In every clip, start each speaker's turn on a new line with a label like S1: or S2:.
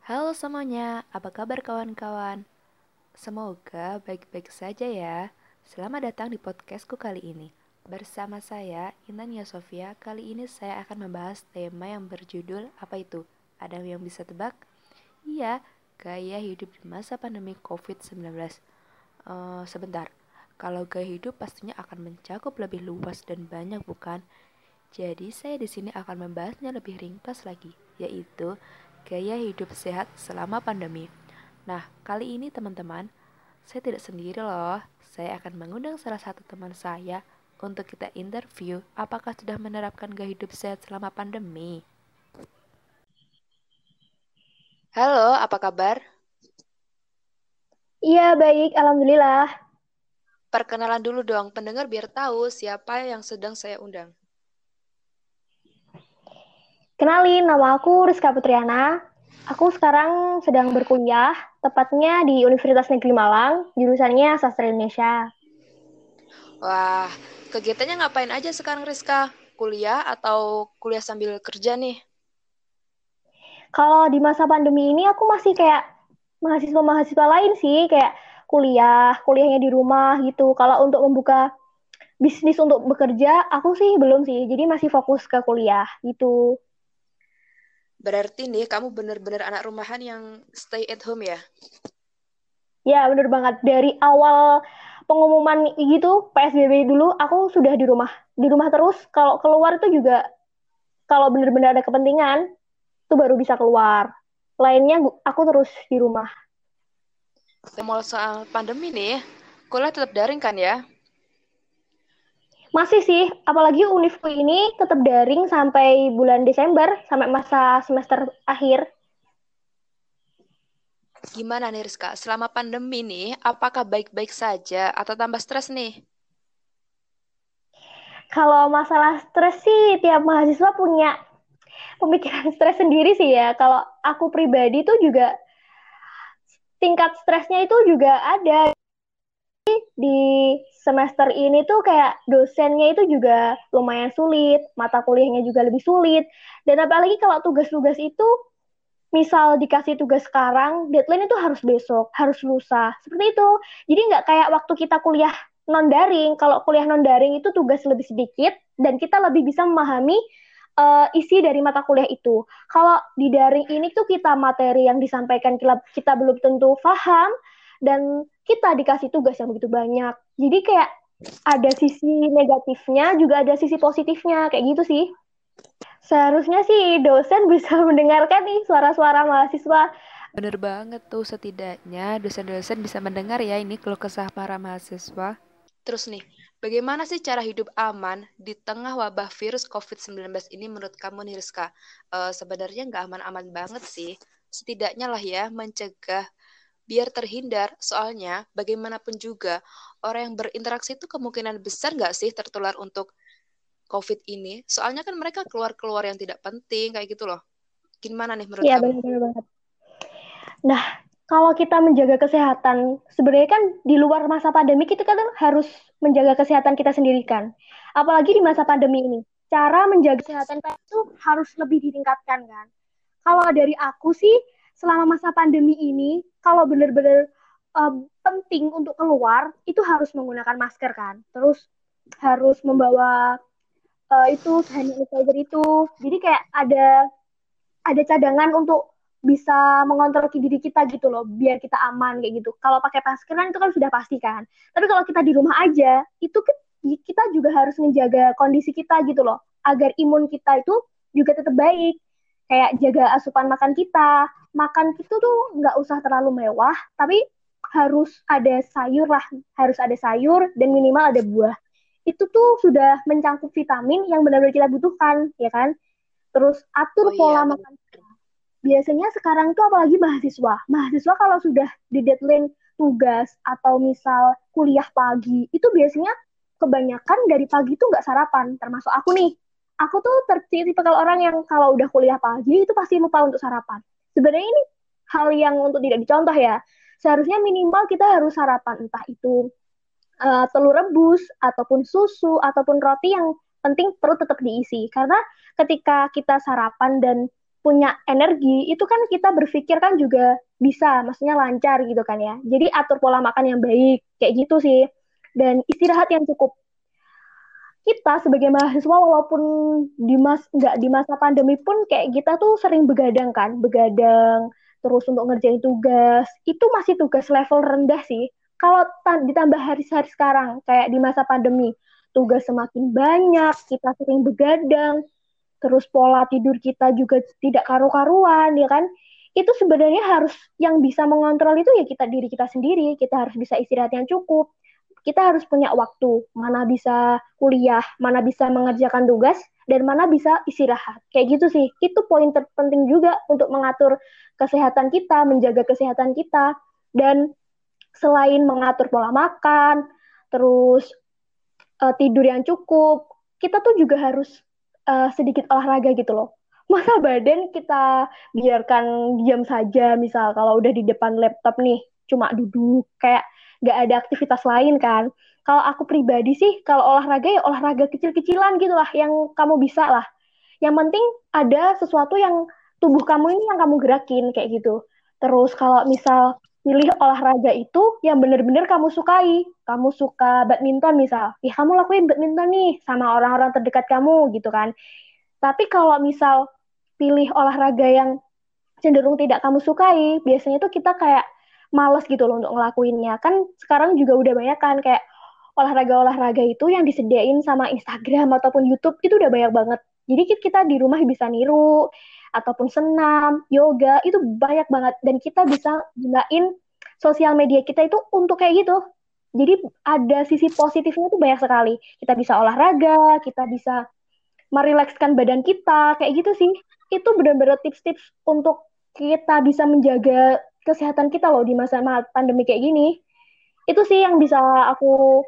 S1: Halo semuanya, apa kabar kawan-kawan? Semoga baik-baik saja ya. Selamat datang di podcastku kali ini. Bersama saya, Intan Sofia. Kali ini saya akan membahas tema yang berjudul apa itu? Ada yang bisa tebak? Iya, gaya hidup di masa pandemi COVID-19. Sebentar, kalau gaya hidup pastinya akan mencakup lebih luas dan banyak bukan? Jadi saya di sini akan membahasnya lebih ringkas lagi, yaitu gaya hidup sehat selama pandemi. Nah, kali ini teman-teman, saya tidak sendiri loh. Saya akan mengundang salah satu teman saya untuk kita interview apakah sudah menerapkan gaya hidup sehat selama pandemi. Halo, apa kabar?
S2: Iya, baik. Alhamdulillah.
S1: Perkenalan dulu dong, pendengar biar tahu siapa yang sedang saya undang.
S2: Kenalin, nama aku Rizka Putriana. Aku sekarang sedang berkuliah, tepatnya di Universitas Negeri Malang, jurusannya Sastra Indonesia.
S1: Wah, kegiatannya ngapain aja sekarang Rizka? Kuliah atau kuliah sambil kerja nih?
S2: Kalau di masa pandemi ini aku masih kayak mahasiswa-mahasiswa lain sih, kayak kuliahnya di rumah gitu. Kalau untuk membuka bisnis untuk bekerja, aku sih belum sih. Jadi masih fokus ke kuliah gitu.
S1: Berarti nih kamu bener-bener anak rumahan yang stay at home ya?
S2: Ya, bener banget. Dari awal pengumuman gitu, PSBB dulu, aku sudah di rumah. Di rumah terus, kalau keluar itu juga kalau benar-benar ada kepentingan itu baru bisa keluar. Lainnya aku terus di rumah.
S1: Ngomong soal pandemi nih, kuliah tetap daring kan ya?
S2: Masih sih, apalagi Unifku ini tetap daring sampai bulan Desember, sampai masa semester akhir.
S1: Gimana nih Rizka, selama pandemi nih, apakah baik-baik saja atau tambah stres nih?
S2: Kalau masalah stres sih, tiap mahasiswa punya pemikiran stres sendiri sih ya. Kalau aku pribadi tuh juga tingkat stresnya itu juga ada. Di semester ini tuh kayak dosennya itu juga lumayan sulit, mata kuliahnya juga lebih sulit. Dan apalagi kalau tugas-tugas itu misal dikasih tugas sekarang, deadline itu harus besok, harus lusa. Seperti itu. Jadi nggak kayak waktu kita kuliah non-daring. Kalau kuliah non-daring itu tugas lebih sedikit dan kita lebih bisa memahami isi dari mata kuliah itu. Kalau di daring ini tuh kita materi yang disampaikan kita belum tentu paham dan kita dikasih tugas yang begitu banyak. Jadi kayak ada sisi negatifnya, juga ada sisi positifnya, kayak gitu sih. Seharusnya sih dosen bisa mendengarkan nih suara-suara mahasiswa.
S1: Bener banget tuh, setidaknya dosen-dosen bisa mendengar ya ini keluh kesah para mahasiswa. Terus nih, bagaimana sih cara hidup aman di tengah wabah virus COVID-19 ini menurut kamu nih Rizka? Sebenarnya nggak aman-aman banget sih. Setidaknya lah ya mencegah biar terhindar. Soalnya bagaimanapun juga orang yang berinteraksi itu kemungkinan besar nggak sih tertular untuk COVID ini? Soalnya kan mereka keluar-keluar yang tidak penting kayak gitu loh. Gimana nih menurut
S2: Iya,
S1: kamu?
S2: benar-benar banget. Nah, kalau kita menjaga kesehatan, sebenarnya kan di luar masa pandemi kita kan harus menjaga kesehatan kita sendiri kan. Apalagi di masa pandemi ini. Cara menjaga kesehatan kita itu harus lebih ditingkatkan kan. Kalau dari aku sih, selama masa pandemi ini, kalau benar-benar penting untuk keluar, itu harus menggunakan masker kan. Terus harus membawa itu hand sanitizer itu. Jadi kayak ada cadangan untuk bisa mengontrol diri kita gitu loh, biar kita aman kayak gitu. Kalau pakai masker kan itu kan sudah pasti kan. Tapi kalau kita di rumah aja, itu kan kita juga harus menjaga kondisi kita gitu loh, agar imun kita itu juga tetap baik. Kayak jaga asupan makan kita. Makan itu tuh nggak usah terlalu mewah, tapi harus ada sayur lah, harus ada sayur dan minimal ada buah. Itu tuh sudah mencangkup vitamin yang benar-benar kita butuhkan, ya kan? Terus
S1: Oh
S2: atur
S1: iya,
S2: pola
S1: benar.
S2: makan. Biasanya sekarang tuh apalagi mahasiswa kalau sudah di deadline tugas atau misal kuliah pagi, itu biasanya kebanyakan dari pagi tuh nggak sarapan, termasuk aku nih. Aku tuh tipe kalau orang yang kalau udah kuliah pagi itu pasti lupa untuk sarapan. Sebenarnya ini hal yang untuk tidak dicontoh ya. Seharusnya minimal kita harus sarapan, entah itu telur rebus ataupun susu ataupun roti, yang penting perut tetap diisi. Karena ketika kita sarapan dan punya energi, itu kan kita berpikir kan juga bisa, maksudnya lancar gitu kan ya. Jadi atur pola makan yang baik, kayak gitu sih. Dan istirahat yang cukup. Kita sebagai mahasiswa walaupun nggak di masa pandemi pun kayak kita tuh sering begadang kan, begadang terus untuk ngerjain tugas, itu masih tugas level rendah sih. Kalau ditambah hari-hari sekarang kayak di masa pandemi, tugas semakin banyak, kita sering begadang, terus pola tidur kita juga tidak karu-karuan, ya kan? Itu sebenarnya harus yang bisa mengontrol itu ya kita diri kita sendiri. Kita harus bisa istirahat yang cukup. Kita harus punya waktu, mana bisa kuliah, mana bisa mengerjakan tugas, dan mana bisa istirahat. Kayak gitu sih. Itu poin terpenting juga untuk mengatur kesehatan kita, menjaga kesehatan kita. Dan selain mengatur pola makan, terus tidur yang cukup, kita tuh juga harus sedikit olahraga gitu loh. Masa badan kita biarkan diam saja, misal kalau udah di depan laptop nih, cuma duduk, kayak nggak ada aktivitas lain kan. Kalau aku pribadi sih, kalau olahraga ya olahraga kecil-kecilan gitu lah, yang kamu bisa lah. Yang penting ada sesuatu yang tubuh kamu ini yang kamu gerakin, kayak gitu. Terus kalau misal pilih olahraga itu yang benar-benar kamu sukai. Kamu suka badminton misal, ya kamu lakuin badminton nih sama orang-orang terdekat kamu gitu kan. Tapi kalau misal pilih olahraga yang cenderung tidak kamu sukai, biasanya tuh kita kayak males gitu loh untuk ngelakuinnya. Kan sekarang juga udah banyak kan kayak olahraga-olahraga itu yang disediain sama Instagram ataupun YouTube itu udah banyak banget. Jadi kita di rumah bisa niru, ataupun senam, yoga, itu banyak banget. Dan kita bisa gunain sosial media kita itu untuk kayak gitu. Jadi ada sisi positifnya tuh banyak sekali. Kita bisa olahraga, kita bisa merilekskan badan kita, kayak gitu sih. Itu benar-benar tips-tips untuk kita bisa menjaga kesehatan kita loh di masa pandemi kayak gini. Itu sih yang bisa aku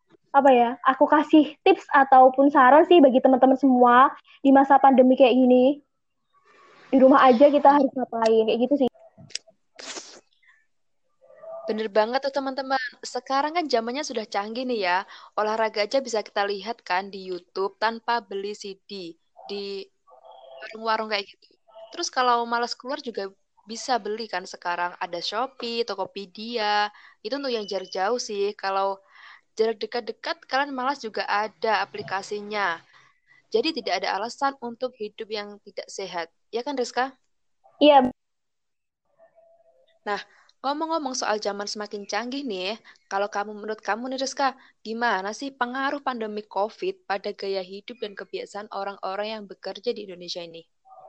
S2: aku kasih tips ataupun saran sih bagi teman-teman semua di masa pandemi kayak gini. Di rumah aja kita harus ngapain, kayak gitu sih.
S1: Bener banget tuh teman-teman. Sekarang kan zamannya sudah canggih nih ya. Olahraga aja bisa kita lihat kan di YouTube tanpa beli CD di warung-warung kayak gitu. Terus kalau malas keluar juga bisa beli kan sekarang ada Shopee, Tokopedia. Itu untuk yang jarak jauh sih. Kalau jarak dekat-dekat kalian malas juga ada aplikasinya. Jadi tidak ada alasan untuk hidup yang tidak sehat. Ya kan Rizka?
S2: Iya,
S1: Nah, ngomong-ngomong soal zaman semakin canggih nih, kalau menurut kamu nih Rizka, gimana sih pengaruh pandemi COVID pada gaya hidup dan kebiasaan orang-orang yang bekerja di Indonesia ini?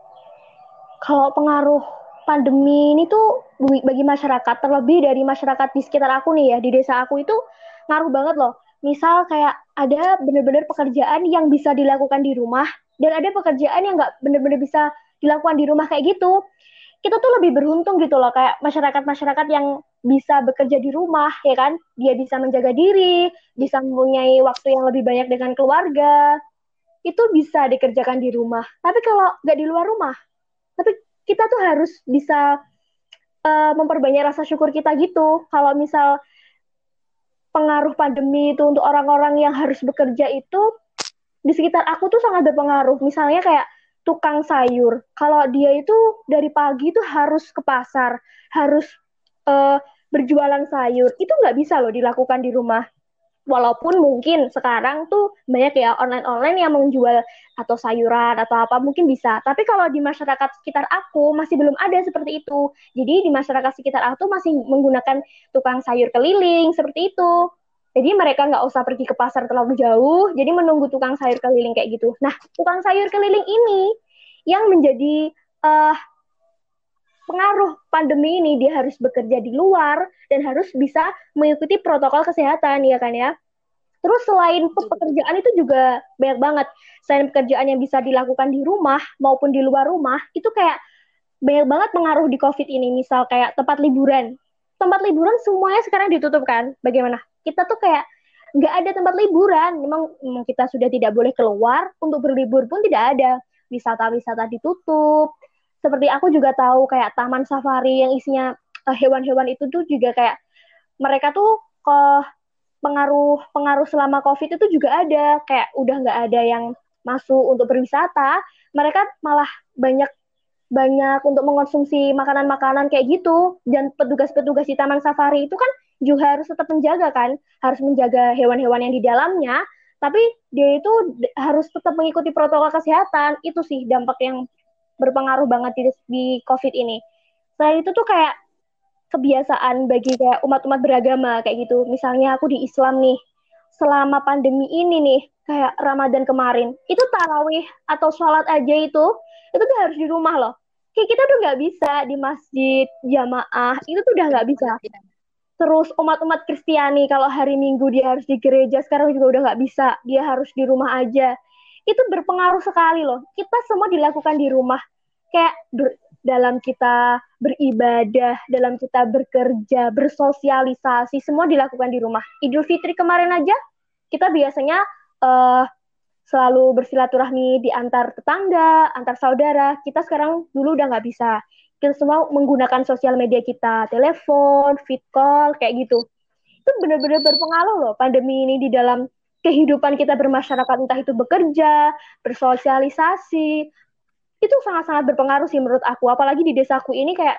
S2: kalau pengaruh pandemi ini tuh bagi masyarakat, terlebih dari masyarakat di sekitar aku nih ya, di desa aku itu ngaruh banget loh. Misal kayak ada bener-bener pekerjaan yang bisa dilakukan di rumah, dan ada pekerjaan yang nggak bener-bener bisa dilakukan di rumah kayak gitu. Kita tuh lebih beruntung gitu loh, kayak masyarakat-masyarakat yang bisa bekerja di rumah, ya kan? Dia bisa menjaga diri, bisa mempunyai waktu yang lebih banyak dengan keluarga, itu bisa dikerjakan di rumah. Tapi kalau nggak di luar rumah, tapi kita tuh harus bisa memperbanyak rasa syukur kita gitu. Kalau misal pengaruh pandemi itu untuk orang-orang yang harus bekerja itu, di sekitar aku tuh sangat berpengaruh. Misalnya kayak tukang sayur. Kalau dia itu dari pagi tuh harus ke pasar, harus uh, berjualan sayur. Itu nggak bisa loh dilakukan di rumah. Walaupun mungkin sekarang tuh banyak ya online-online yang menjual atau sayuran atau apa mungkin bisa. Tapi kalau di masyarakat sekitar aku masih belum ada seperti itu. Jadi di masyarakat sekitar aku masih menggunakan tukang sayur keliling seperti itu. Jadi mereka nggak usah pergi ke pasar terlalu jauh, jadi menunggu tukang sayur keliling kayak gitu. Nah, tukang sayur keliling ini yang menjadi uh, pengaruh pandemi ini, dia harus bekerja di luar dan harus bisa mengikuti protokol kesehatan, ya kan ya. Terus selain pekerjaan itu juga banyak banget. Selain pekerjaan yang bisa dilakukan di rumah maupun di luar rumah, itu kayak banyak banget pengaruh di COVID ini. Misal kayak tempat liburan. Tempat liburan semuanya sekarang ditutup kan? Bagaimana? Kita tuh kayak nggak ada tempat liburan. Memang kita sudah tidak boleh keluar, untuk berlibur pun tidak ada. Wisata-wisata ditutup. Seperti aku juga tahu kayak taman safari yang isinya hewan-hewan itu tuh juga kayak mereka tuh ke pengaruh selama COVID itu juga ada, kayak udah nggak ada yang masuk untuk berwisata, mereka malah banyak banyak untuk mengonsumsi makanan-makanan kayak gitu. Dan petugas-petugas di Taman Safari itu kan juga harus tetap menjaga kan, harus menjaga hewan-hewan yang di dalamnya, tapi dia itu harus tetap mengikuti protokol kesehatan. Itu sih dampak yang berpengaruh banget di COVID ini. Selain itu tuh kayak kebiasaan bagi kayak umat-umat beragama kayak gitu. Misalnya aku di Islam nih, selama pandemi ini nih, kayak Ramadan kemarin, itu tarawih atau sholat aja itu tuh harus di rumah loh. Kayak kita tuh nggak bisa di masjid jamaah, itu tuh udah nggak bisa.
S1: Benar-benar ya.
S2: Terus umat-umat Kristiani kalau hari Minggu dia harus di gereja, sekarang juga udah nggak bisa, dia harus di rumah aja. Itu berpengaruh sekali loh. Kita semua dilakukan di rumah. Kayak dalam kita beribadah, dalam kita bekerja, bersosialisasi, semua dilakukan di rumah. Idul Fitri kemarin aja, kita biasanya uh, selalu bersilaturahmi di antar tetangga, antar saudara. Kita sekarang dulu udah nggak bisa. Kita semua menggunakan sosial media kita, telepon, feed call, kayak gitu. Itu benar-benar berpengaruh loh pandemi ini di dalam kehidupan kita bermasyarakat, entah itu bekerja, bersosialisasi. Itu sangat-sangat berpengaruh sih menurut aku. Apalagi di desaku ini kayak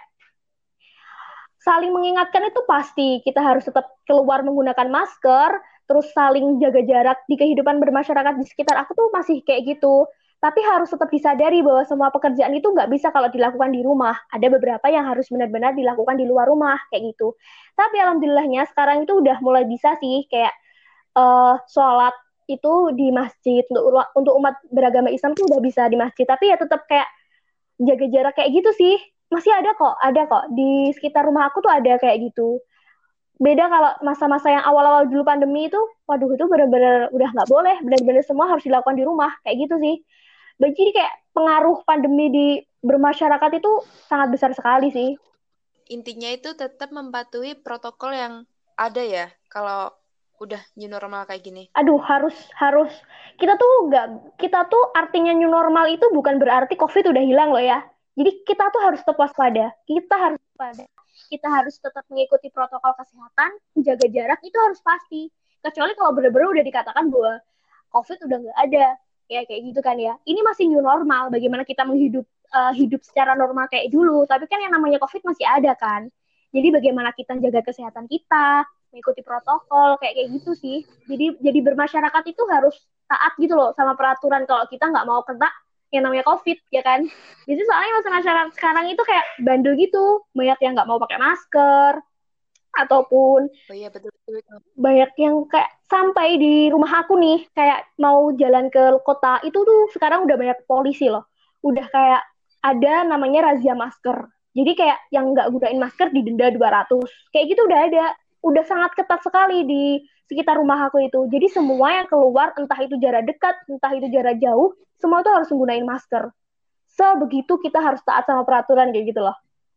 S2: saling mengingatkan itu pasti. Kita harus tetap keluar menggunakan masker, terus saling jaga jarak di kehidupan bermasyarakat di sekitar aku tuh masih kayak gitu. Tapi harus tetap disadari bahwa semua pekerjaan itu nggak bisa kalau dilakukan di rumah. Ada beberapa yang harus benar-benar dilakukan di luar rumah, kayak gitu. Tapi alhamdulillahnya sekarang itu udah mulai bisa sih, kayak sholat itu di masjid. Untuk umat beragama Islam tuh udah bisa di masjid. Tapi ya tetap kayak jaga jarak kayak gitu sih. Masih ada kok. Di sekitar rumah aku tuh ada kayak gitu. Beda kalau masa-masa yang awal-awal dulu pandemi itu, waduh itu benar-benar udah nggak boleh, benar-benar semua harus dilakukan di rumah, kayak gitu sih. Jadi kayak pengaruh pandemi di bermasyarakat itu sangat besar sekali sih.
S1: Intinya itu tetap mematuhi protokol yang ada ya, kalau udah new normal kayak gini.
S2: Aduh, harus harus kita tuh nggak kita tuh artinya new normal itu bukan berarti COVID udah hilang loh ya. Jadi kita tuh harus tetap waspada. Kita harus waspada. Kita harus tetap mengikuti protokol kesehatan, menjaga jarak itu harus pasti. Kecuali kalau benar-benar udah dikatakan bahwa COVID udah nggak ada, ya kayak gitu kan ya. Ini masih new normal. Bagaimana kita hidup secara normal kayak dulu. Tapi kan yang namanya COVID masih ada kan. Jadi bagaimana kita jaga kesehatan kita, mengikuti protokol kayak kayak gitu sih. Jadi bermasyarakat itu harus taat gitu loh sama peraturan kalau kita nggak mau kena yang namanya COVID ya kan. Jadi soalnya masyarakat sekarang itu kayak bandel gitu, banyak yang nggak mau pakai masker ataupun
S1: Oh iya betul betul.
S2: banyak yang kayak sampai di rumah aku nih kayak mau jalan ke kota itu tuh sekarang udah banyak polisi loh. Udah kayak ada namanya razia masker. Jadi kayak yang nggak gunain masker didenda 200. Kayak gitu udah ada. Udah sangat ketat sekali di sekitar rumah aku itu. Jadi semua yang keluar entah itu jarak dekat, entah itu jarak jauh, semua tuh harus menggunakan masker. Sebegitu kita harus taat sama peraturan kayak gitu loh.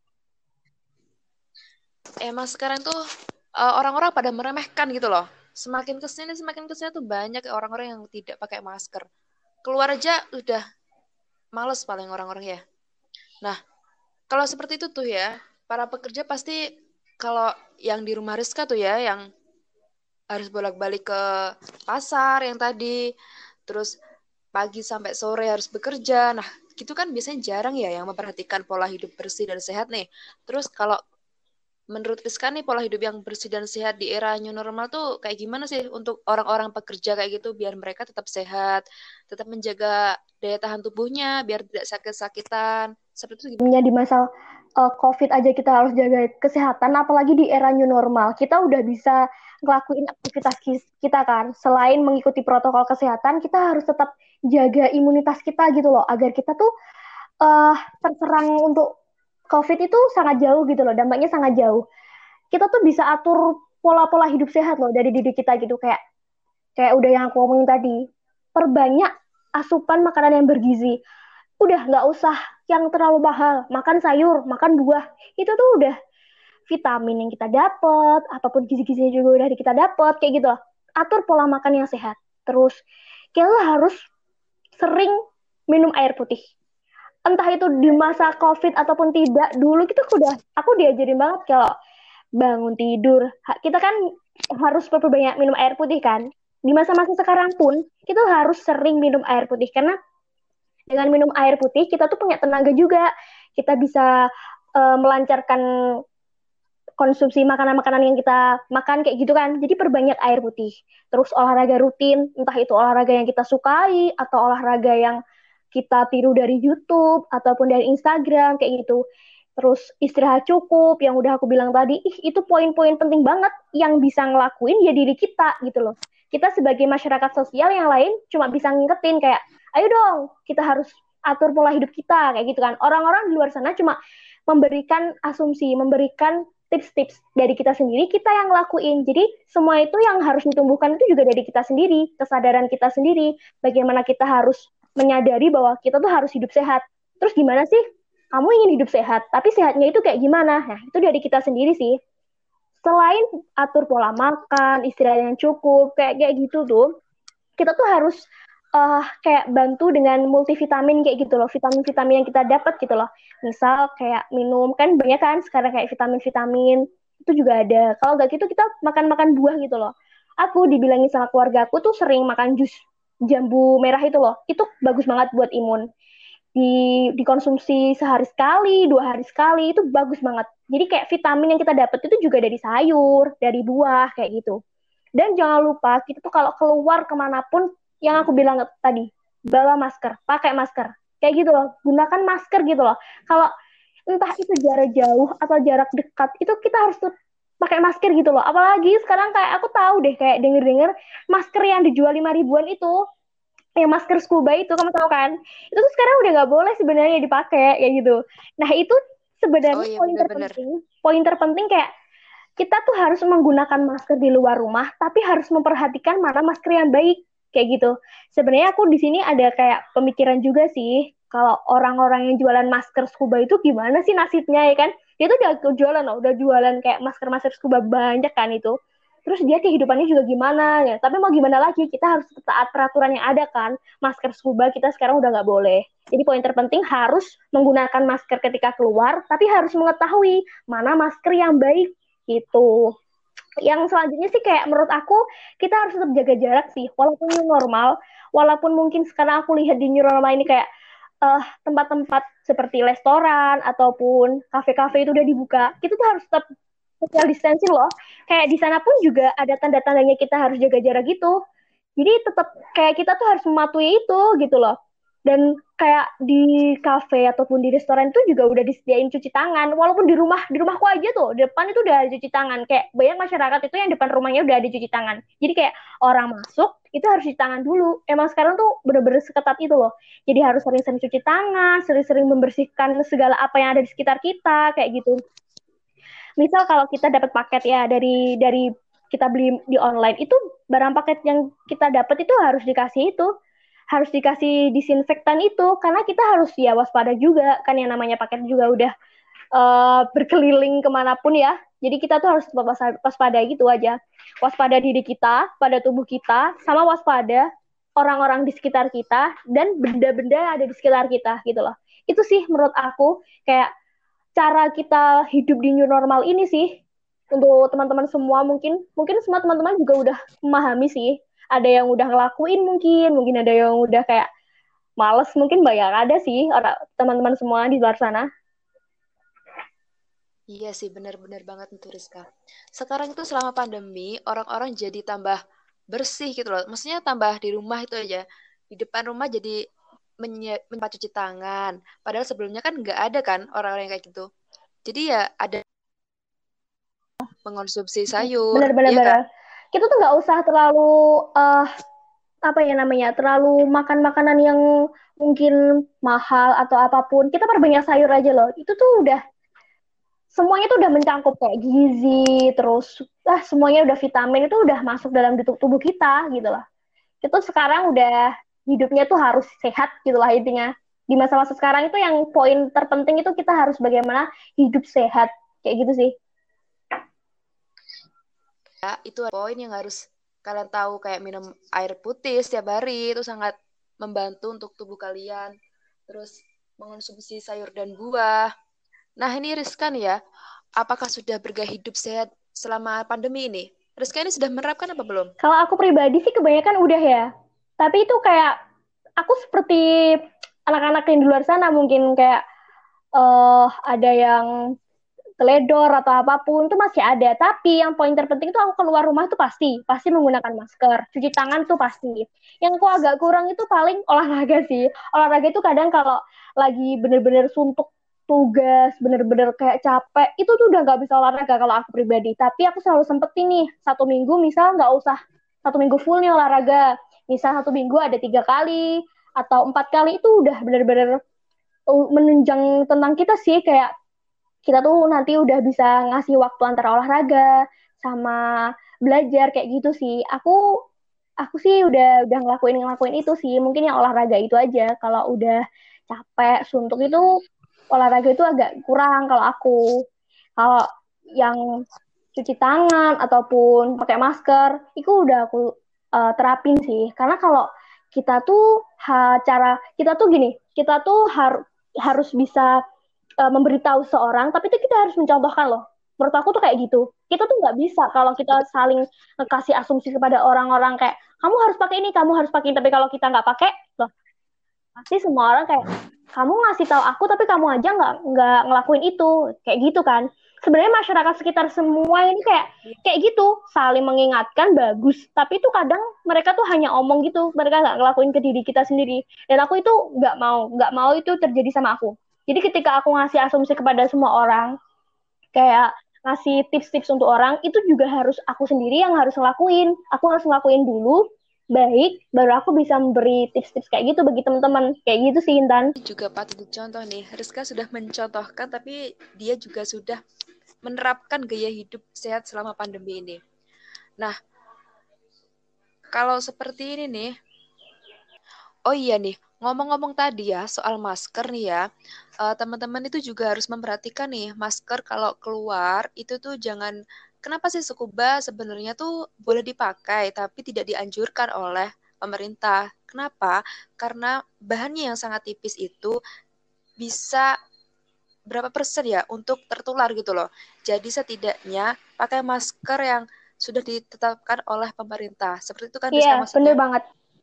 S1: Emang sekarang tuh orang-orang pada meremehkan gitu loh. Semakin kesini tuh banyak orang-orang yang tidak pakai masker. Keluar aja udah males paling orang-orang ya. Nah, kalau seperti itu tuh ya, para pekerja pasti kalau yang di rumah Rizka tuh ya, yang harus bolak-balik ke pasar yang tadi, terus pagi sampai sore harus bekerja. Nah, gitu kan biasanya jarang ya yang memperhatikan pola hidup bersih dan sehat nih. Terus kalau menurut Rizka nih pola hidup yang bersih dan sehat di era new normal tuh kayak gimana sih untuk orang-orang pekerja kayak gitu biar mereka tetap sehat, tetap menjaga daya tahan tubuhnya biar tidak sakit-sakitan. Seperti itu gimana?
S2: Di masa COVID aja kita harus jaga kesehatan, apalagi di era new normal. Kita udah bisa ngelakuin aktivitas kita kan. Selain mengikuti protokol kesehatan, kita harus tetap jaga imunitas kita gitu loh, agar kita tuh terserang untuk COVID itu sangat jauh gitu loh, dampaknya sangat jauh. Kita tuh bisa atur pola-pola hidup sehat loh dari diri kita gitu, kayak kayak udah yang aku ngomongin tadi. Perbanyak asupan makanan yang bergizi. Udah nggak usah yang terlalu mahal, makan sayur, makan buah, itu tuh udah vitamin yang kita dapat, apapun gizi-gizinya juga udah kita dapat, kayak gitu loh. Atur pola makan yang sehat. Terus kita harus sering minum air putih. Entah itu di masa COVID ataupun tidak, dulu kita aku diajarin banget kalau bangun tidur, kita kan harus perbanyak minum air putih kan. Di masa-masa sekarang pun, kita harus sering minum air putih, karena dengan minum air putih, kita tuh punya tenaga juga. kita bisa melancarkan konsumsi makanan-makanan yang kita makan kayak gitu kan. Jadi perbanyak air putih. Terus olahraga rutin, entah itu olahraga yang kita sukai atau olahraga yang kita tiru dari YouTube ataupun dari Instagram kayak gitu. Terus istirahat cukup yang udah aku bilang tadi, itu poin-poin penting banget yang bisa ngelakuin ya diri kita gitu loh. Kita sebagai masyarakat sosial yang lain cuma bisa ngingetin kayak, ayo dong, kita harus atur pola hidup kita kayak gitu kan. Orang-orang di luar sana cuma memberikan asumsi, memberikan tips-tips dari kita sendiri, kita yang ngelakuin. Jadi semua itu yang harus ditumbuhkan itu juga dari kita sendiri, kesadaran kita sendiri, bagaimana kita harus menyadari bahwa kita tuh harus hidup sehat. Terus gimana sih kamu ingin hidup sehat, tapi sehatnya itu kayak gimana? Nah, itu dari kita sendiri sih. Selain atur pola makan, istirahat yang cukup, kayak kayak gitu tuh, kita tuh harus kayak bantu dengan multivitamin kayak gitu loh, vitamin-vitamin yang kita dapat gitu loh. Misal kayak minum, kan banyak kan sekarang kayak vitamin-vitamin, itu juga ada. Kalau nggak gitu kita makan-makan buah gitu loh. Aku dibilangin sama keluarga aku tuh sering makan jus jambu merah itu loh. Itu bagus banget buat imun. Dikonsumsi sehari sekali, 2 hari sekali, itu bagus banget. Jadi kayak vitamin yang kita dapat itu juga dari sayur, dari buah, kayak gitu. Dan jangan lupa, kita tuh kalau keluar kemanapun, yang aku bilang tadi, bawa masker, pakai masker. Kayak gitu loh, gunakan masker gitu loh. Kalau entah itu jarak jauh atau jarak dekat, itu kita harus tuh pakai masker gitu loh. Apalagi sekarang kayak aku tahu deh, kayak denger-denger masker yang dijual 5 ribuan itu, yang masker scuba itu kamu tahu kan, itu tuh sekarang udah nggak boleh sebenarnya dipakai kayak gitu. Nah itu
S3: Oh
S2: sebenarnya
S3: iya
S2: poin
S3: benar-benar.
S2: terpenting, poin terpenting kayak kita tuh harus menggunakan masker di luar rumah, tapi harus memperhatikan mana masker yang baik kayak gitu. Sebenarnya aku di sini ada kayak pemikiran juga sih, kalau orang-orang yang jualan masker scuba itu gimana sih nasibnya ya kan? Dia tuh udah jualan loh, udah jualan kayak masker-masker scuba banyak kan itu. Terus dia kehidupannya juga gimana ya? Tapi mau gimana lagi? Kita harus taat peraturan yang ada kan. Masker scuba kita sekarang udah nggak boleh. Jadi poin terpenting harus menggunakan masker ketika keluar, tapi harus mengetahui mana masker yang baik gitu. Yang selanjutnya sih kayak menurut aku kita harus tetap jaga jarak sih, walaupun new normal, walaupun mungkin sekarang aku lihat di new normal ini kayak tempat-tempat seperti restoran ataupun kafe-kafe itu udah dibuka, kita tuh harus tetap social distancing loh. Kayak di sana pun juga ada tanda-tandanya kita harus jaga jarak gitu. Jadi tetap kayak kita tuh harus mematuhi itu gitu loh. Dan kayak di kafe ataupun di restoran itu juga udah disediain cuci tangan. Walaupun di rumahku aja tuh, di depan itu udah ada cuci tangan. Kayak banyak masyarakat itu yang depan rumahnya udah ada cuci tangan. Jadi kayak orang masuk itu harus cuci tangan dulu. Emang sekarang tuh bener-bener seketat itu loh. Jadi harus sering-sering cuci tangan, sering-sering membersihkan segala apa yang ada di sekitar kita kayak gitu. Misal kalau kita dapat paket ya dari kita beli di online itu, barang paket yang kita dapat itu harus dikasih disinfektan itu, karena kita harus ya waspada juga kan, yang namanya paket juga udah berkeliling kemanapun ya. Jadi kita tuh harus waspada gitu aja. Waspada diri kita, pada tubuh kita, sama waspada orang-orang di sekitar kita dan benda-benda yang ada di sekitar kita gitu loh. Itu sih menurut aku kayak cara kita hidup di new normal ini sih. Untuk teman-teman semua, mungkin mungkin semua teman-teman juga udah memahami sih. Ada yang udah ngelakuin, mungkin ada yang udah kayak males, mungkin banyak ada sih orang teman-teman semua di luar sana.
S3: Iya sih benar-benar banget untuk Rizka. Sekarang itu selama pandemi orang-orang jadi tambah bersih gitu loh. Maksudnya tambah di rumah itu aja. Di depan rumah jadi menyimpan cuci tangan. Padahal sebelumnya kan nggak ada kan orang-orang yang kayak gitu. Jadi ya ada mengonsumsi sayur, iya
S2: Bener-bener
S3: kak.
S2: kita tuh nggak usah terlalu uh, apa ya namanya, terlalu makan makanan yang mungkin mahal atau apapun. Kita perbanyak sayur aja loh, itu tuh udah semuanya tuh udah mencangkup kayak gizi, terus semuanya udah vitamin, itu udah masuk dalam tubuh kita gitu lah. Itu sekarang udah hidupnya tuh harus sehat gitu lah intinya. Di masa-masa sekarang itu yang poin terpenting itu kita harus bagaimana hidup sehat kayak gitu sih.
S3: Ya, itu poin yang harus kalian tahu kayak minum air putih setiap hari itu sangat membantu untuk tubuh kalian. Terus mengonsumsi sayur dan buah. Nah, ini Rizka nih ya. Apakah sudah bergaya hidup sehat selama pandemi ini? Rizka ini sudah menerapkan apa belum?
S2: Kalau aku pribadi sih kebanyakan udah ya. Tapi itu kayak aku seperti anak-anak yang di luar sana mungkin kayak ada yang teledor atau apapun itu masih ada. Tapi yang poin terpenting itu aku keluar rumah itu pasti menggunakan masker, cuci tangan tuh pasti. Yang aku agak kurang itu paling olahraga sih. Olahraga itu kadang kalau lagi bener-bener suntuk tugas, bener-bener kayak capek, itu tuh udah nggak bisa olahraga kalau aku pribadi. Tapi aku selalu sempetin nih, 1 minggu misal nggak usah 1 minggu full nih olahraga. Misal 1 minggu ada 3 kali atau 4 kali itu udah bener-bener menunjang tentang kita sih kayak kita tuh nanti udah bisa ngasih waktu antara olahraga sama belajar kayak gitu sih. Aku sih udah ngelakuin itu sih. Mungkin yang olahraga itu aja. Kalau udah capek, suntuk itu olahraga itu agak kurang kalau aku. Kalau yang cuci tangan ataupun pakai masker, itu udah aku terapin sih. Karena kalau kita tuh cara kita tuh gini, kita tuh harus bisa memberitahu seorang, tapi itu kita harus mencontohkan loh. Menurut aku tuh kayak gitu. Kita tuh nggak bisa kalau kita saling ngasih asumsi kepada orang-orang kayak kamu harus pakai ini, kamu harus pakai ini. Tapi kalau kita nggak pakai, loh pasti semua orang kayak kamu ngasih tahu aku, tapi kamu aja nggak ngelakuin itu, kayak gitu kan. Sebenarnya masyarakat sekitar semua ini kayak gitu, saling mengingatkan bagus. Tapi itu kadang mereka tuh hanya omong gitu, mereka nggak ngelakuin ke diri kita sendiri. Dan aku itu nggak mau itu terjadi sama aku. Jadi ketika aku ngasih asumsi kepada semua orang, kayak ngasih tips-tips untuk orang, itu juga harus aku sendiri yang harus ngelakuin. Aku harus ngelakuin dulu, baik, baru aku bisa memberi tips-tips kayak gitu bagi teman-teman. Kayak gitu sih, Intan.
S3: Juga patut dicontoh nih. Rizka sudah mencontohkan, tapi dia juga sudah menerapkan gaya hidup sehat selama pandemi ini. Nah, kalau seperti ini nih, oh iya nih, ngomong-ngomong tadi ya soal masker nih ya, teman-teman itu juga harus memperhatikan nih, masker kalau keluar itu tuh jangan, kenapa sih scuba sebenarnya tuh boleh dipakai, tapi tidak dianjurkan oleh pemerintah. Kenapa? Karena bahannya yang sangat tipis itu bisa berapa persen ya untuk tertular gitu loh. Jadi setidaknya pakai masker yang sudah ditetapkan oleh pemerintah. Seperti itu kan Rizka
S2: Iya, bener
S3: maksudnya?
S2: banget.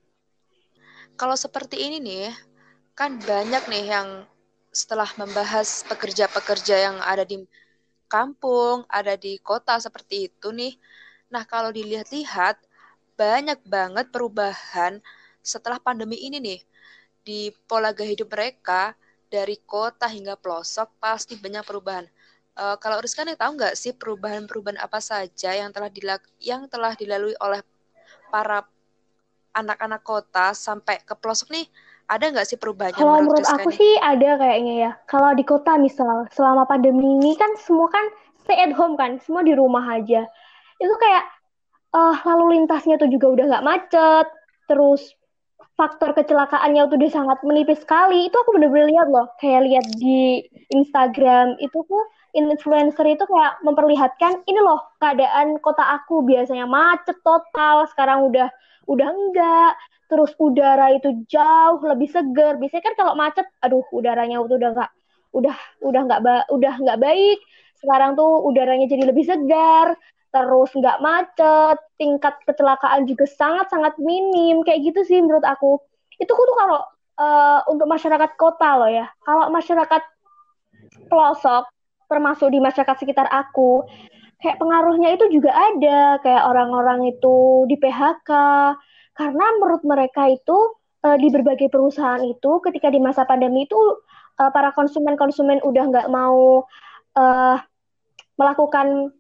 S3: Kalau seperti ini nih, kan banyak nih yang setelah membahas pekerja-pekerja yang ada di kampung, ada di kota seperti itu nih. Nah, kalau dilihat-lihat, banyak banget perubahan setelah pandemi ini nih. Di pola gaya hidup mereka, dari kota hingga pelosok, pasti banyak perubahan. Kalau Rizka nih tahu nggak sih perubahan-perubahan apa saja yang telah dilalui oleh para anak-anak kota sampai ke pelosok nih, ada nggak sih perubahannya
S2: Kalau
S3: menurut
S2: menurut
S3: Rizka
S2: aku
S3: nih?
S2: sih ada kayaknya ya. Kalau di kota misal, selama pandemi ini kan semua kan stay at home kan, semua di rumah aja. Itu kayak lalu lintasnya tuh juga udah nggak macet, terus faktor kecelakaannya tuh udah sangat menipis sekali. Itu aku bener-bener lihat loh, kayak lihat di Instagram itu tuh influencer itu kayak memperlihatkan ini loh keadaan kota aku biasanya macet total, sekarang udah enggak. Terus udara itu jauh lebih seger. Biasanya kan kalau macet, aduh udaranya tuh udah nggak baik. Sekarang tuh udaranya jadi lebih segar, terus nggak macet, tingkat kecelakaan juga sangat-sangat minim, kayak gitu sih menurut aku. Itu tuh kalau untuk masyarakat kota loh ya. Kalau masyarakat pelosok, termasuk di masyarakat sekitar aku, kayak pengaruhnya itu juga ada, kayak orang-orang itu di PHK, karena menurut mereka itu di berbagai perusahaan itu ketika di masa pandemi itu para konsumen-konsumen udah nggak mau uh, melakukan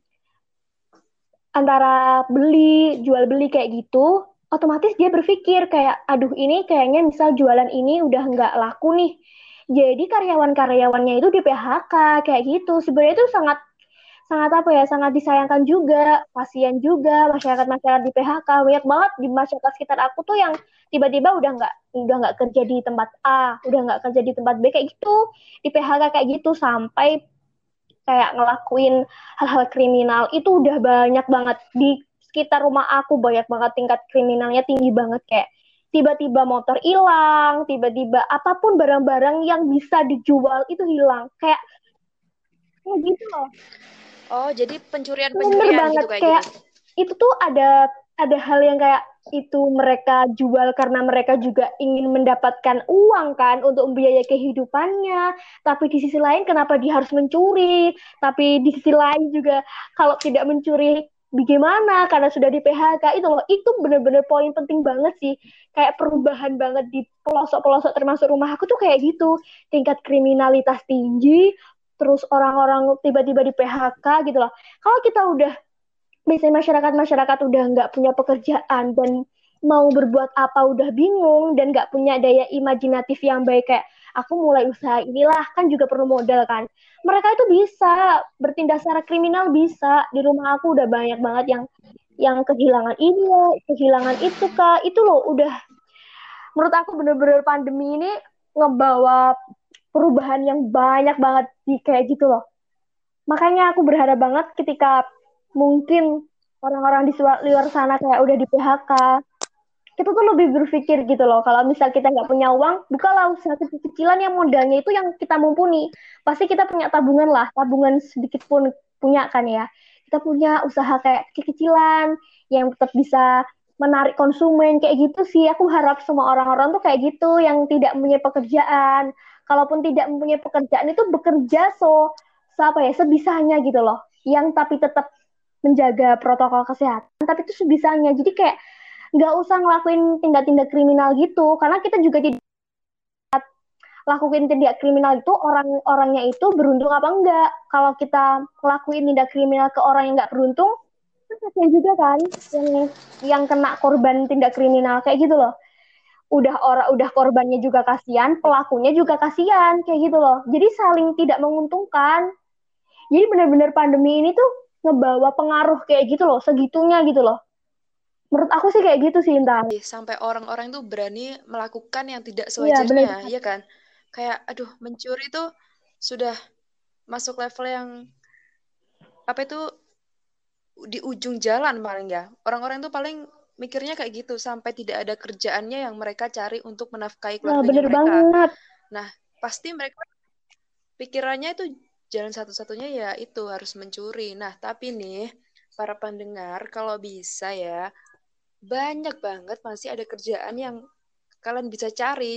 S2: antara jual beli kayak gitu, otomatis dia berpikir kayak, aduh ini kayaknya misal jualan ini udah nggak laku nih. Jadi karyawan-karyawannya itu di PHK kayak gitu. Sebenarnya itu sangat sangat apa ya, sangat disayangkan juga, kasihan juga masyarakat-masyarakat di PHK. Banyak banget di masyarakat sekitar aku tuh yang tiba-tiba udah nggak kerja di tempat A, udah nggak kerja di tempat B kayak gitu, di PHK kayak gitu sampai kayak ngelakuin hal-hal kriminal itu udah banyak banget di sekitar rumah aku, banyak banget tingkat kriminalnya tinggi banget, kayak tiba-tiba motor hilang, tiba-tiba apapun barang-barang yang bisa dijual itu hilang, kayak gitu loh.
S3: Oh, jadi
S2: Bener
S3: pencurian-pencurian
S2: banget,
S3: gitu kayak
S2: kayak
S3: gitu.
S2: itu tuh ada hal yang kayak itu mereka jual karena mereka juga ingin mendapatkan uang kan untuk membiayai kehidupannya. Tapi di sisi lain kenapa dia harus mencuri? Tapi di sisi lain juga kalau tidak mencuri bagaimana karena sudah di PHK itu loh. Itu benar-benar poin penting banget sih. Kayak perubahan banget di pelosok-pelosok termasuk rumah aku tuh kayak gitu. Tingkat kriminalitas tinggi, terus orang-orang tiba-tiba di PHK gitu loh. Kalau kita udah biasanya masyarakat udah nggak punya pekerjaan dan mau berbuat apa udah bingung dan nggak punya daya imajinatif yang baik kayak aku mulai usaha inilah kan juga perlu modal kan. Mereka itu bisa bertindak secara kriminal bisa. Di rumah aku udah banyak banget yang kehilangan ini, kehilangan itu kak. Itu loh udah menurut aku bener-bener pandemi ini ngebawa perubahan yang banyak banget di kayak gitu loh. Makanya aku berharap banget ketika mungkin orang-orang di luar sana kayak udah di PHK, kita tuh lebih berpikir gitu loh. Kalau misal kita nggak punya uang, bukalah usaha kecil-kecilan yang modalnya itu yang kita mumpuni. Pasti kita punya tabungan lah, tabungan sedikit pun punya kan ya. Kita punya usaha kayak kecil-kecilan yang tetap bisa menarik konsumen kayak gitu sih. Aku harap semua orang-orang tuh kayak gitu yang tidak mempunyai pekerjaan. Kalaupun tidak mempunyai pekerjaan itu bekerja apa ya sebisanya gitu loh. Yang tapi tetap menjaga protokol kesehatan, tapi itu sebisanya. Jadi kayak nggak usah ngelakuin tindak-tindak kriminal gitu, karena kita juga tidak lakuin tindak kriminal itu orang-orangnya itu beruntung apa enggak. Kalau kita ngelakuin tindak kriminal ke orang yang nggak beruntung, kan kasihan juga kan yang kena korban tindak kriminal kayak gitu loh. Udah korbannya juga kasihan, pelakunya juga kasihan kayak gitu loh. Jadi saling tidak menguntungkan. Jadi benar-benar pandemi ini tuh ngebawa pengaruh kayak gitu loh, segitunya gitu loh. Menurut aku sih kayak gitu sih, Intan.
S3: Sampai orang-orang itu berani melakukan yang tidak
S2: Iya, benar
S3: sewajarnya,
S2: banget.
S3: ya kan? Kayak, aduh, mencuri itu sudah masuk level yang apa itu di ujung jalan paling ya. Orang-orang itu paling mikirnya kayak gitu sampai tidak ada kerjaannya yang mereka cari untuk menafkahi
S2: Nah,
S3: keluarganya
S2: benar
S3: mereka.
S2: banget.
S3: Nah, pasti mereka pikirannya itu jalan satu-satunya ya itu harus mencuri. Nah, tapi nih para pendengar kalau bisa ya banyak banget masih ada kerjaan yang kalian bisa cari.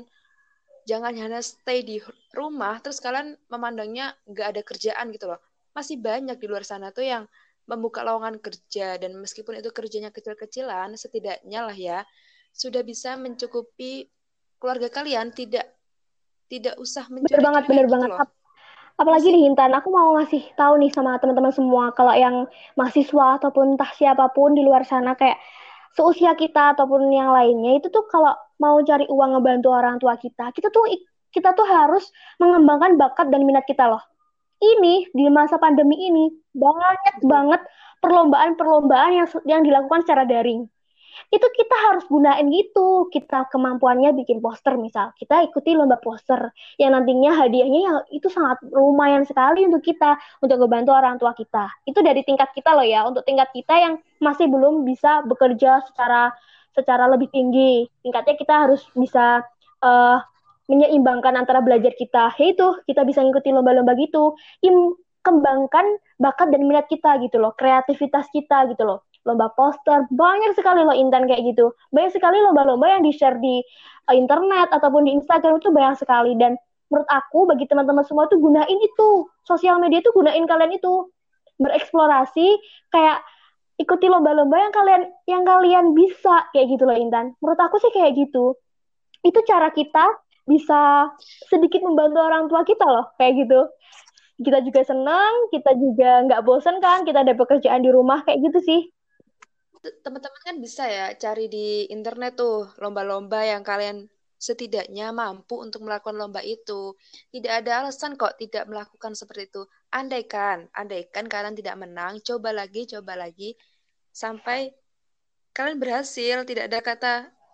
S3: Jangan hanya stay di rumah terus kalian memandangnya nggak ada kerjaan gitu loh. Masih banyak di luar sana tuh yang membuka lowongan kerja dan meskipun itu kerjanya kecil-kecilan setidaknya lah ya sudah bisa mencukupi keluarga kalian tidak usah
S2: Benar
S3: mencuri-curi kayak gitu
S2: banget.
S3: loh.
S2: Apalagi
S3: Masih
S2: nih Intan, aku mau ngasih tahu nih sama teman-teman semua kalau yang mahasiswa ataupun entah siapapun di luar sana kayak seusia kita ataupun yang lainnya itu tuh kalau mau cari uang ngebantu orang tua kita, kita tuh harus mengembangkan bakat dan minat kita loh. Ini di masa pandemi ini banyak banget perlombaan-perlombaan yang dilakukan secara daring. Itu kita harus gunain gitu. Kita kemampuannya bikin poster misal. Kita ikuti lomba poster yang nantinya hadiahnya yang itu sangat lumayan sekali untuk kita untuk membantu orang tua kita. Itu dari tingkat kita loh ya. Untuk tingkat kita yang masih belum bisa bekerja secara lebih tinggi. Tingkatnya kita harus bisa uh, menyeimbangkan antara belajar kita. Yaitu kita bisa ngikuti lomba-lomba gitu. Kembangkan bakat dan minat kita gitu loh. Kreativitas kita gitu loh lomba poster, banyak sekali loh Intan kayak gitu. Banyak sekali lomba-lomba yang di-share di internet ataupun di Instagram itu banyak sekali. Dan menurut aku bagi teman-teman semua tuh gunain itu. Sosial media tuh gunain kalian itu. Bereksplorasi, kayak ikuti lomba-lomba yang kalian bisa kayak gitu loh Intan. Menurut aku sih kayak gitu. Itu cara kita bisa sedikit membantu orang tua kita loh, kayak gitu. Kita juga senang, kita juga nggak bosan kan, kita ada pekerjaan di rumah kayak gitu sih.
S3: teman-teman kan bisa ya cari di internet tuh lomba-lomba yang kalian setidaknya mampu untuk melakukan lomba itu. Tidak ada alasan kok tidak melakukan seperti itu. Andaikan kalian tidak menang, coba lagi sampai kalian berhasil. Tidak ada kata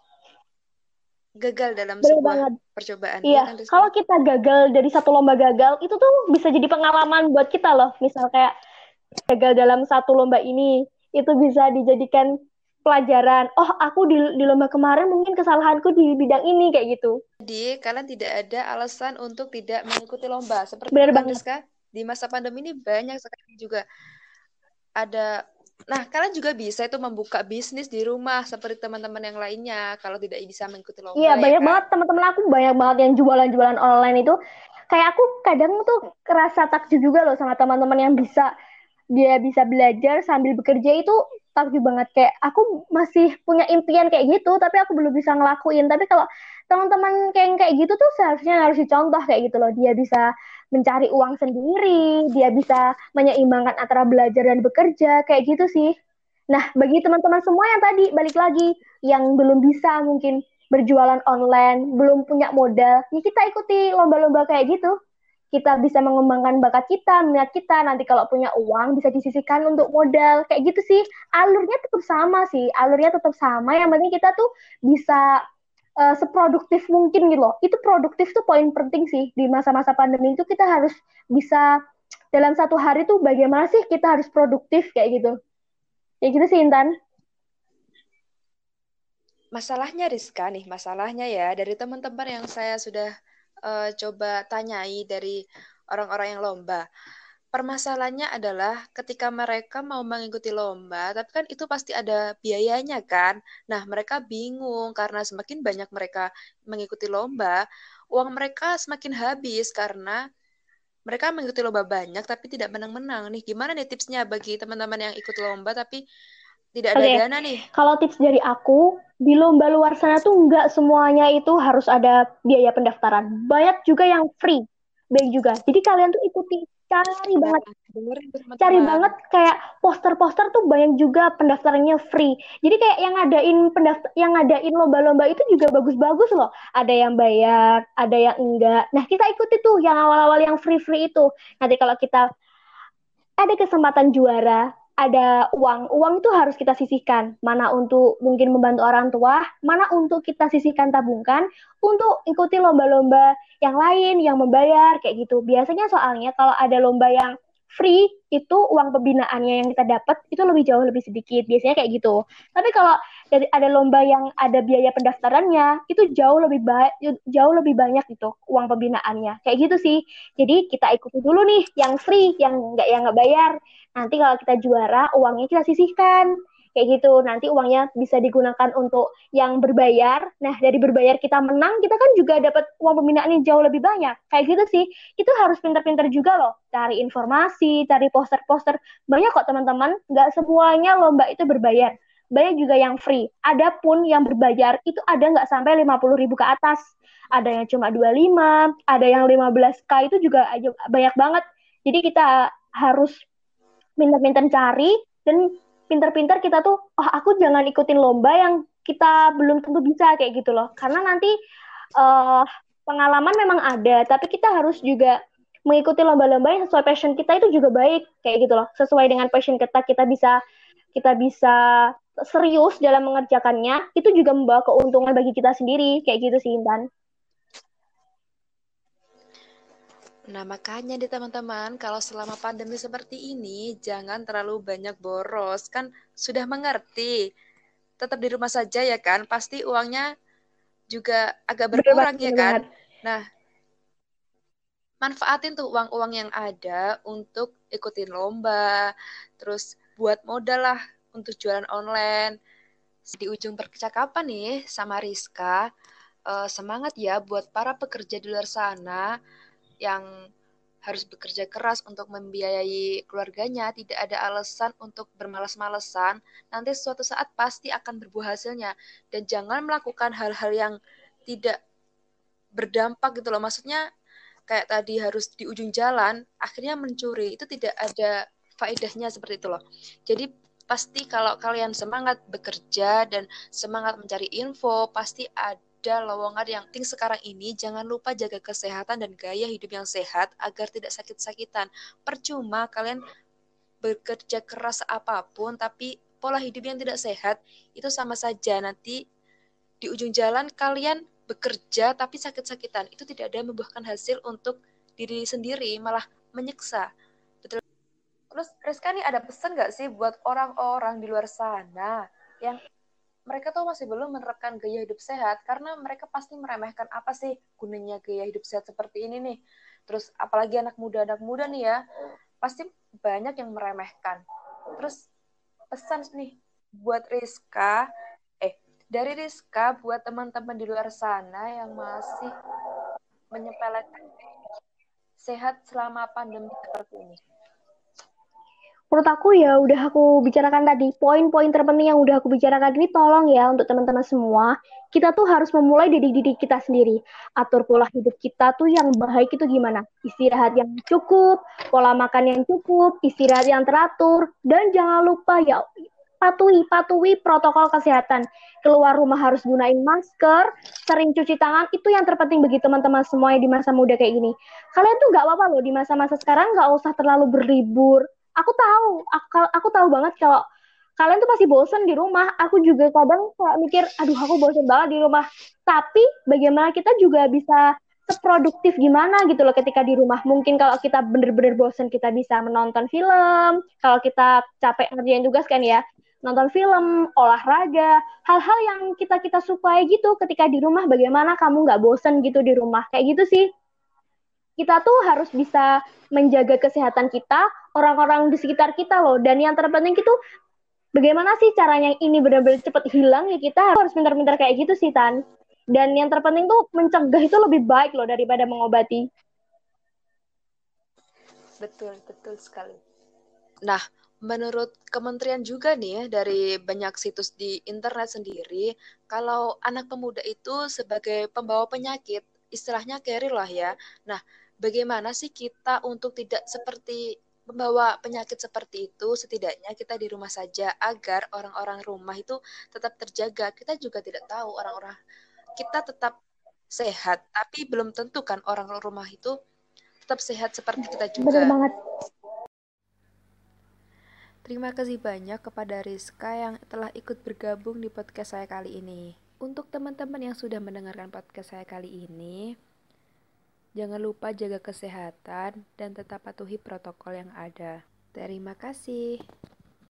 S3: gagal dalam
S2: Bener
S3: sebuah
S2: banget.
S3: percobaan,
S2: Iya,
S3: ya kan Rizka?
S2: kalau kita gagal dari satu lomba gagal, itu tuh bisa jadi pengalaman buat kita loh. Misal kayak gagal dalam satu lomba ini, itu bisa dijadikan pelajaran. Oh, aku di lomba kemarin mungkin kesalahanku di bidang ini, kayak gitu.
S3: Jadi kalian tidak ada alasan untuk tidak mengikuti lomba. Seperti itu
S2: Bener
S3: kan
S2: banget.
S3: Rizka? Di masa pandemi ini banyak sekali juga ada Nah, kalian juga bisa itu membuka bisnis di rumah seperti teman-teman yang lainnya kalau tidak bisa mengikuti
S2: Iya,
S3: lomba ya
S2: banyak
S3: kan.
S2: banget teman-teman aku banyak banget yang jualan-jualan online itu. Kayak aku kadang tuh kerasa takjub juga loh sama teman-teman yang dia bisa belajar sambil bekerja itu takjub banget. Kayak aku masih punya impian kayak gitu, tapi aku belum bisa ngelakuin. Tapi kalau teman-teman kayak gitu tuh seharusnya harus dicontoh kayak gitu loh. Dia bisa mencari uang sendiri, dia bisa menyeimbangkan antara belajar dan bekerja, kayak gitu sih. Nah, bagi teman-teman semua yang tadi balik lagi, yang belum bisa mungkin berjualan online, belum punya modal, ya kita ikuti lomba-lomba kayak gitu. Kita bisa mengembangkan bakat kita, minat kita, nanti kalau punya uang bisa disisihkan untuk modal, kayak gitu sih. Alurnya tetap sama sih, alurnya tetap sama, yang penting kita tuh bisa seproduktif mungkin gitu loh. Itu produktif tuh poin penting sih di masa-masa pandemi itu kita harus bisa dalam satu hari tuh bagaimana sih kita harus produktif kayak gitu. Kayak gitu sih Intan.
S3: Masalahnya Rizka nih, masalahnya ya dari teman-teman yang saya sudah coba tanyai dari orang-orang yang lomba. Permasalahannya adalah ketika mereka mau mengikuti lomba, tapi kan itu pasti ada biayanya kan. Nah, mereka bingung karena semakin banyak mereka mengikuti lomba, uang mereka semakin habis karena mereka mengikuti lomba banyak tapi tidak menang-menang nih. Gimana nih tipsnya bagi teman-teman yang ikut lomba tapi tidak ada
S2: Oke,
S3: dana nih?
S2: kalau tips dari aku, di lomba luar sana tuh nggak semuanya itu harus ada biaya pendaftaran. Banyak juga yang free, baik juga. Jadi kalian tuh ikuti,
S3: Nah, dengerin tuh
S2: cari
S3: teman-teman.
S2: banget kayak poster-poster tuh banyak juga pendaftarannya free. Jadi kayak yang ngadain lomba-lomba itu juga bagus-bagus loh. Ada yang bayar, ada yang enggak. Nah, kita ikuti tuh yang awal-awal yang free-free itu. Nanti kalau kita ada kesempatan juara, ada uang. Uang itu harus kita sisihkan. Mana untuk mungkin membantu orang tua, mana untuk kita sisihkan tabungkan untuk ikuti lomba-lomba yang lain yang membayar kayak gitu. Biasanya soalnya kalau ada lomba yang free itu uang pembinaannya yang kita dapat itu lebih jauh lebih sedikit. Biasanya kayak gitu. Tapi kalau ada lomba yang ada biaya pendaftarannya itu jauh lebih banyak gitu uang pembinaannya. Kayak gitu sih. Jadi kita ikuti dulu nih yang free, yang nggak bayar. Nanti kalau kita juara, uangnya kita sisihkan. Kayak gitu. Nanti uangnya bisa digunakan untuk yang berbayar. Nah, dari berbayar kita menang, kita kan juga dapat uang pembinaan yang jauh lebih banyak. Kayak gitu sih. Itu harus pintar-pintar juga loh. Cari informasi, cari poster-poster. Banyak kok teman-teman. Nggak semuanya lomba itu berbayar. Banyak juga yang free. Adapun yang berbayar, itu ada nggak sampai 50.000 ke atas, ada yang cuma 25, ada yang 15K itu juga banyak banget. Jadi kita harus pintar-pintar cari dan pintar-pintar kita tuh, oh aku jangan ikutin lomba yang kita belum tentu bisa kayak gitu loh. Karena nanti uh, pengalaman memang ada, tapi kita harus juga mengikuti lomba-lomba yang sesuai passion kita itu juga baik kayak gitu loh. Sesuai dengan passion kita bisa serius dalam mengerjakannya, itu juga membawa keuntungan bagi kita sendiri kayak gitu sih Intan.
S3: Nah, makanya di teman-teman, kalau selama pandemi seperti ini, jangan terlalu banyak boros. Kan sudah mengerti, tetap di rumah saja ya kan, pasti uangnya juga agak
S2: Bener banget,
S3: berkurang ya
S2: bener
S3: kan.
S2: banget.
S3: Nah, manfaatin tuh uang-uang yang ada untuk ikutin lomba, terus buat modal lah untuk jualan online. Di ujung percakapan nih sama Rizka, semangat ya buat para pekerja di luar sana yang harus bekerja keras untuk membiayai keluarganya, tidak ada alasan untuk bermalas-malesan, nanti suatu saat pasti akan berbuah hasilnya. Dan jangan melakukan hal-hal yang tidak berdampak gitu loh. Maksudnya kayak tadi harus di ujung jalan, akhirnya mencuri. Itu tidak ada faedahnya seperti itu loh. Jadi pasti kalau kalian semangat bekerja dan semangat mencari info, pasti ada lowongan yang penting sekarang ini. Jangan lupa jaga kesehatan dan gaya hidup yang sehat agar tidak sakit-sakitan. Percuma kalian bekerja keras apapun, tapi pola hidup yang tidak sehat, itu sama saja. Nanti di ujung jalan kalian bekerja tapi sakit-sakitan. Itu tidak ada membuahkan hasil untuk diri sendiri, malah menyiksa. Betul. Terus Rizka nih ada pesan nggak sih buat orang-orang di luar sana yang mereka tuh masih belum menerapkan gaya hidup sehat karena mereka pasti meremehkan apa sih gunanya gaya hidup sehat seperti ini nih. Terus apalagi anak muda nih ya, pasti banyak yang meremehkan. Terus pesan nih buat Rizka, dari Rizka buat teman-teman di luar sana yang masih menyepelekan sehat selama pandemi seperti ini.
S2: Menurut aku ya udah aku bicarakan tadi, poin-poin terpenting yang udah aku bicarakan ini tolong ya untuk teman-teman semua, kita tuh harus memulai dari diri kita sendiri. Atur pola hidup kita tuh yang baik itu gimana? Istirahat yang cukup, pola makan yang cukup, istirahat yang teratur, dan jangan lupa ya patuhi protokol kesehatan. Keluar rumah harus gunain masker, sering cuci tangan, itu yang terpenting bagi teman-teman semua yang di masa muda kayak gini. Kalian tuh nggak apa-apa loh di masa-masa sekarang nggak usah terlalu berlibur. Aku tahu banget kalau kalian tuh pasti bosan di rumah. Aku juga kadang kayak mikir, aduh aku bosan banget di rumah. Tapi bagaimana kita juga bisa seproduktif gimana gitu loh ketika di rumah. Mungkin kalau kita bener-bener bosan kita bisa menonton film. Kalau kita capek ngerjain tugas kan ya, nonton film, olahraga, hal-hal yang kita sukai gitu ketika di rumah. Bagaimana kamu nggak bosan gitu di rumah? Kayak gitu sih. Kita tuh harus bisa menjaga kesehatan kita, orang-orang di sekitar kita loh. Dan yang terpenting itu bagaimana sih caranya ini benar-benar cepat hilang ya kita harus pintar-pintar kayak gitu sih Tan. Dan yang terpenting tuh mencegah itu lebih baik loh daripada mengobati.
S3: Betul, betul sekali. Nah, menurut kementerian juga nih dari banyak situs di internet sendiri, kalau anak pemuda itu sebagai pembawa penyakit, istilahnya carrier lah ya. Nah, bagaimana sih kita untuk tidak seperti membawa penyakit seperti itu, setidaknya kita di rumah saja agar orang-orang rumah itu tetap terjaga. Kita juga tidak tahu orang-orang kita tetap sehat, tapi belum tentu kan orang rumah itu tetap sehat seperti kita
S2: Bener
S3: juga.
S2: banget.
S1: Terima kasih banyak kepada Rizka yang telah ikut bergabung di podcast saya kali ini. Untuk teman-teman yang sudah mendengarkan podcast saya kali ini, jangan lupa jaga kesehatan dan tetap patuhi protokol yang ada. Terima kasih.